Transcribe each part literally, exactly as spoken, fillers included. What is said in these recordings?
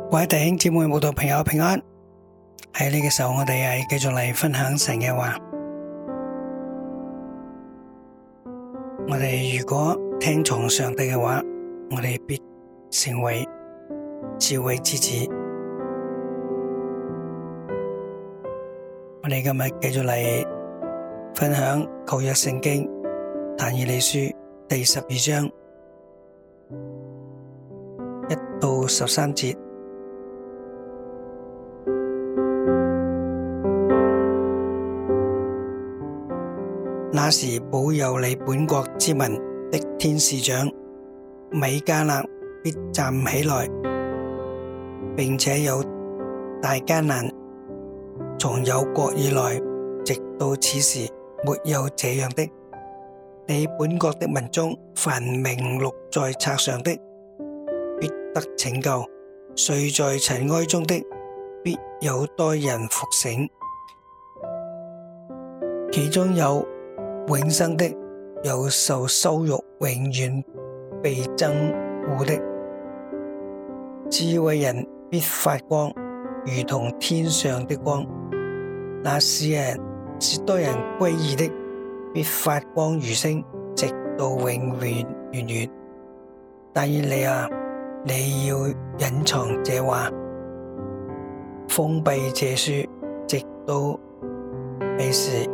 各位弟兄姊妹、慕道朋友平安。喺呢個時候，我哋係繼續嚟分享神嘅話。我哋如果聽從上帝嘅話，我哋必成為智慧之子。我哋今日繼續嚟分享舊約聖經但以理書第十二章一到十三節。那時保佑你本國之民的天使長米迦勒必站起來，並且有大艱難，從有國以來直到此時沒有這樣的。你本國的民中凡名錄在冊上的必得拯救，睡在塵埃中的必有多人復醒，其中有永生的，有受羞辱永遠被憎惡的。智慧人必發光，如同天上的光，那使人使多人歸義的必發光如星，直到永永遠遠。但以理啊，你要隱藏這話，封閉這書，直到未時，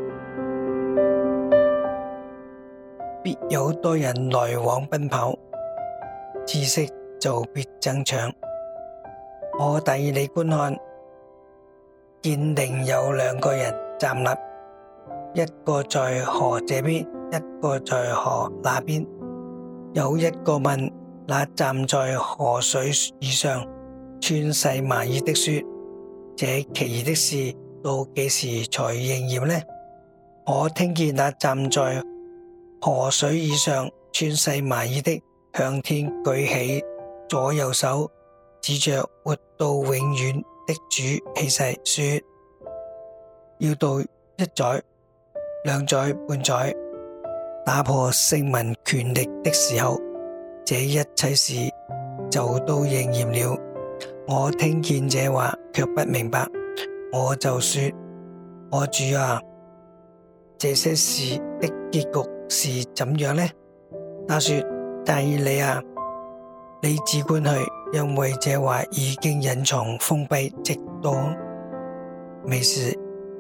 必有多人來往奔跑，知識就必增長。我但以理觀看，見另有兩個人站立，一個在河這邊，一個在河那邊。有一個問那站在河水以上穿細麻衣的說：這奇異的事到幾時才應驗呢？我聽見那站在河水以上穿細麻衣的向天舉起左右手，指着活到永遠的主起誓說：要到一載、兩載、半載，打破聖民權力的時候，這一切事就都應驗了。我聽見這話卻不明白，我就說：我主啊，這些事的結局是怎樣呢？他說：但以理啊，你只觀去，因為這話已經隱藏封閉，直到未時。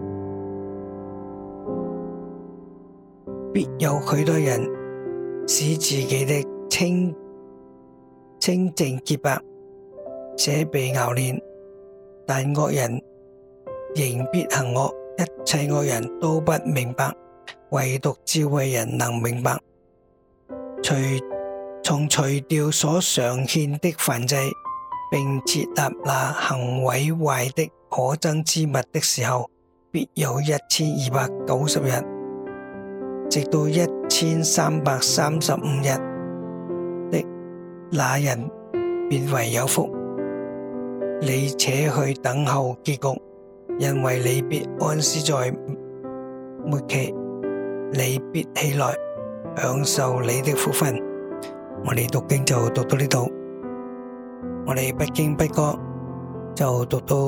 必有許多人使自己的清清淨潔白，且被熬煉，但惡人仍必行惡，一切惡人都不明白，唯獨智慧人能明白。除從除掉所常獻的燔祭，並設立那行毀壞的可憎之物的時候，必有一千二百九十日，直到一千三百三十五日的那人便為有福。你且去等候結局，因為你必安息在末期，你必起來享受你的福分。我哋讀經就讀到呢度，我哋不經不覺就讀到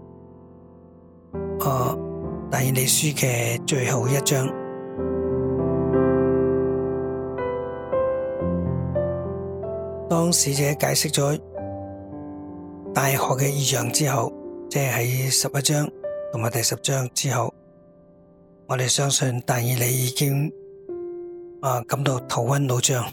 誒但以理書嘅最後一章。當使者解釋咗大河嘅異象之後，即係喺十一章同埋第十章之後，我哋相信但以理已經啊感到頭昏腦脹，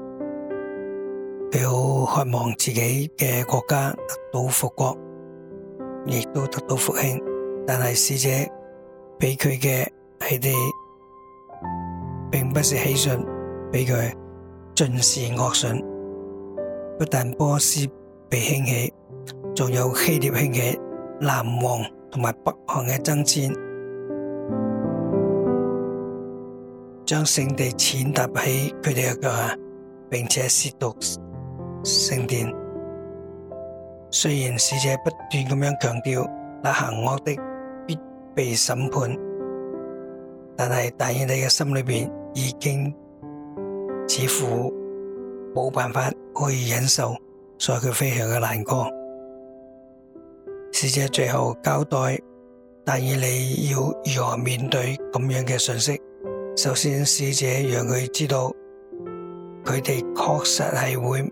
佢好渴望自己嘅國家得到復國，亦都得到復興。但係使者俾佢嘅係啲，並不是喜訊，俾佢盡是惡訊。不但波斯被興起，仲有希臘興起，南王同埋北韓嘅爭戰，將聖地踐踏喺佢哋嘅腳下，並且褻瀆聖殿。雖然使者不斷咁樣強調那行惡的必被審判，但係但以理嘅心裏邊已經似乎冇辦法可以忍受，所以佢非常嘅難過。 使者最後交代但以理要如何面對咁樣嘅信息。首先，使者讓佢知道佢哋確實係會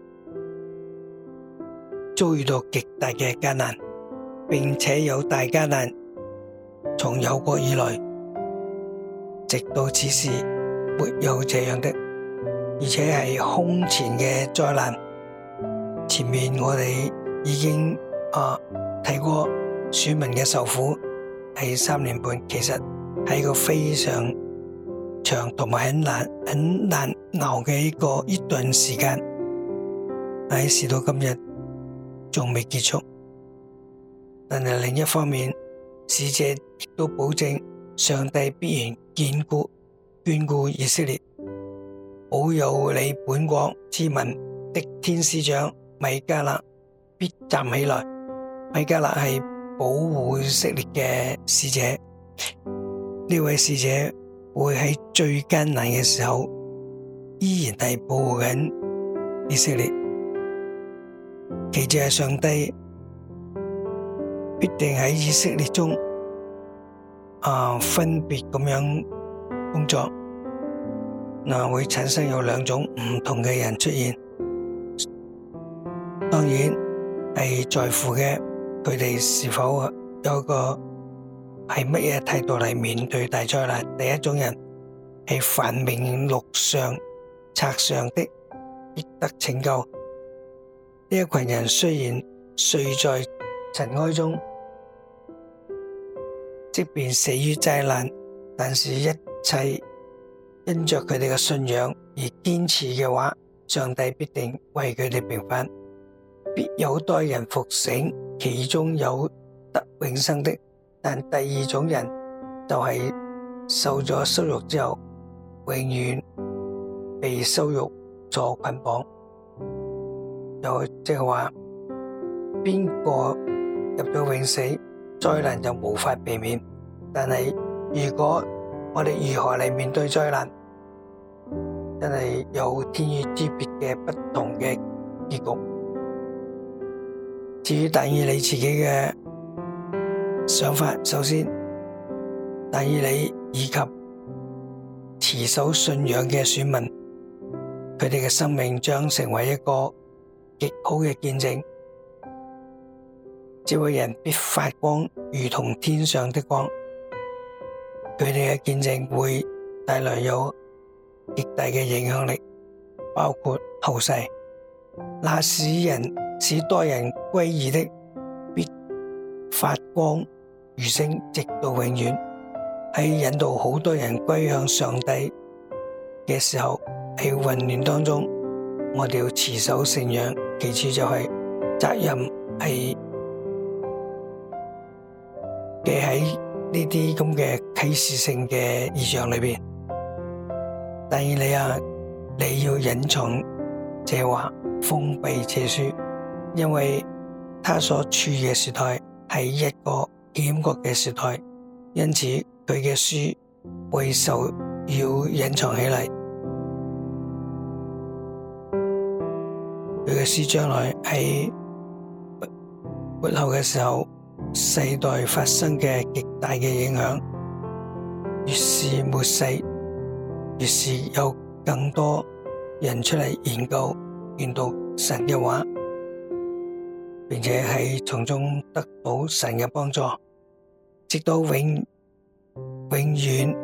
遭遇到極大嘅艱難，並且有大艱難從有國以來，直到此時沒有這樣的，而且係空前嘅災難。前面我哋已經啊睇過選民嘅受苦係三年半，其實係一個非常長同埋很難很難熬嘅一個一段時間，喺時到今日仲未結束。但係另一方面，使者亦都保證上帝必然眷顧眷顧以色列，保佑你本國之民的天使長米迦勒必站起來。米迦勒係保護以色列嘅使者，呢位使者會喺最艱難嘅時候依然係保護緊以色列。其次係上帝必定喺以色列中啊分別咁樣工作，嗱會產生有兩種唔同嘅人出現。當然係在乎嘅佢哋是否有一個係乜嘢態度嚟面對大災難。第一種人係繁榮陸上冊上的必得拯救，呢一群人雖然睡在塵埃中，即便死於災難，但是一切因着佢哋嘅信仰而堅持嘅話，上帝必定為佢哋平反，必有多人復醒，其中有得永生的。但第二種人就係受咗羞辱之後，永遠被羞辱所捆綁。又即係話，邊個入咗永死，災難就無法避免。但係如果我哋如何嚟面對災難，真係有天淵之別嘅不同嘅結局。至於但以理自己嘅想法，首先但以理以及持守信仰嘅選民，佢哋嘅生命將成為一個極好嘅見證。智慧人必發光，如同天上的光。佢哋嘅見證會帶來有極大嘅影響力，包括後世。那使人使多人歸義的，必發光如星，直到永遠。喺引導好多人歸向上帝嘅時候，喺混亂當中，我哋要持守信仰。其次就係責任係嘅喺呢啲咁嘅啟示性嘅異象裏邊。但以理啊，你要隱藏這話，封閉這書，因為他所處嘅時代係一個險惡嘅時代，因此佢嘅書會受要隱藏起嚟。佢嘅書將來喺末後嘅時候，世代發生嘅極大嘅影響，越是末世，越是有更多人出嚟研究研讀神嘅話，並且喺從中得到神嘅幫助，直到永永遠，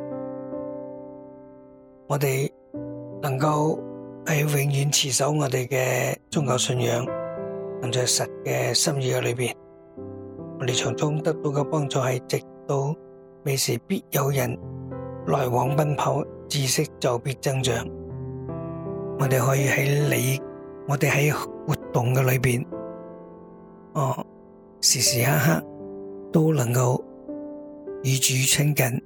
我哋能夠喺永遠持守我哋嘅宗教信仰，行在神嘅心意嘅裏邊。我哋從中得到嘅幫助係，直到未時必有人來往奔跑，知識就必增長。我哋可以喺你，我哋喺活動嘅裏邊，哦，時時刻刻都能夠與主親近，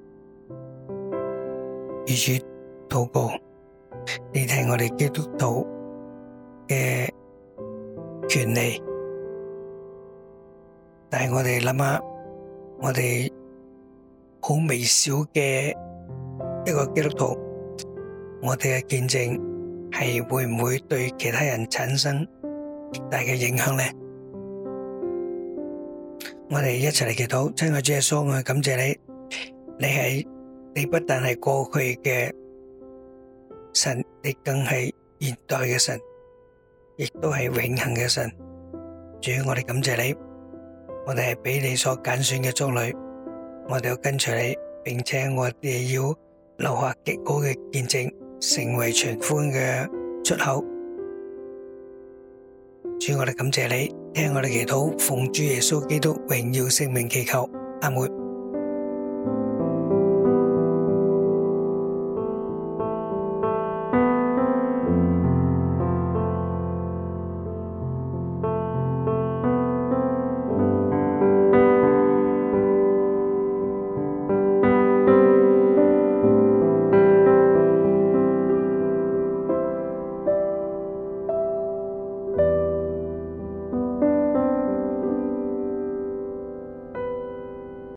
與主禱告。呢啲係我哋基督徒嘅權利。但係我哋諗下，我哋好微小嘅一個基督徒，我哋嘅見證係會唔會對其他人產生極大嘅影響呢？ 我哋一齊嚟祈禱。親愛主耶穌，我感謝你，你係你不但係過去嘅神，你更係現代嘅神，亦都係永恆嘅神。主，我哋感謝你，我哋係俾你所揀選嘅族類，我哋要跟隨你，並且我哋要留下極好嘅見證，成為傳福音嘅出口。主，我哋感謝你，聽我哋祈禱，奉主耶穌基督榮耀聖名祈求，阿門。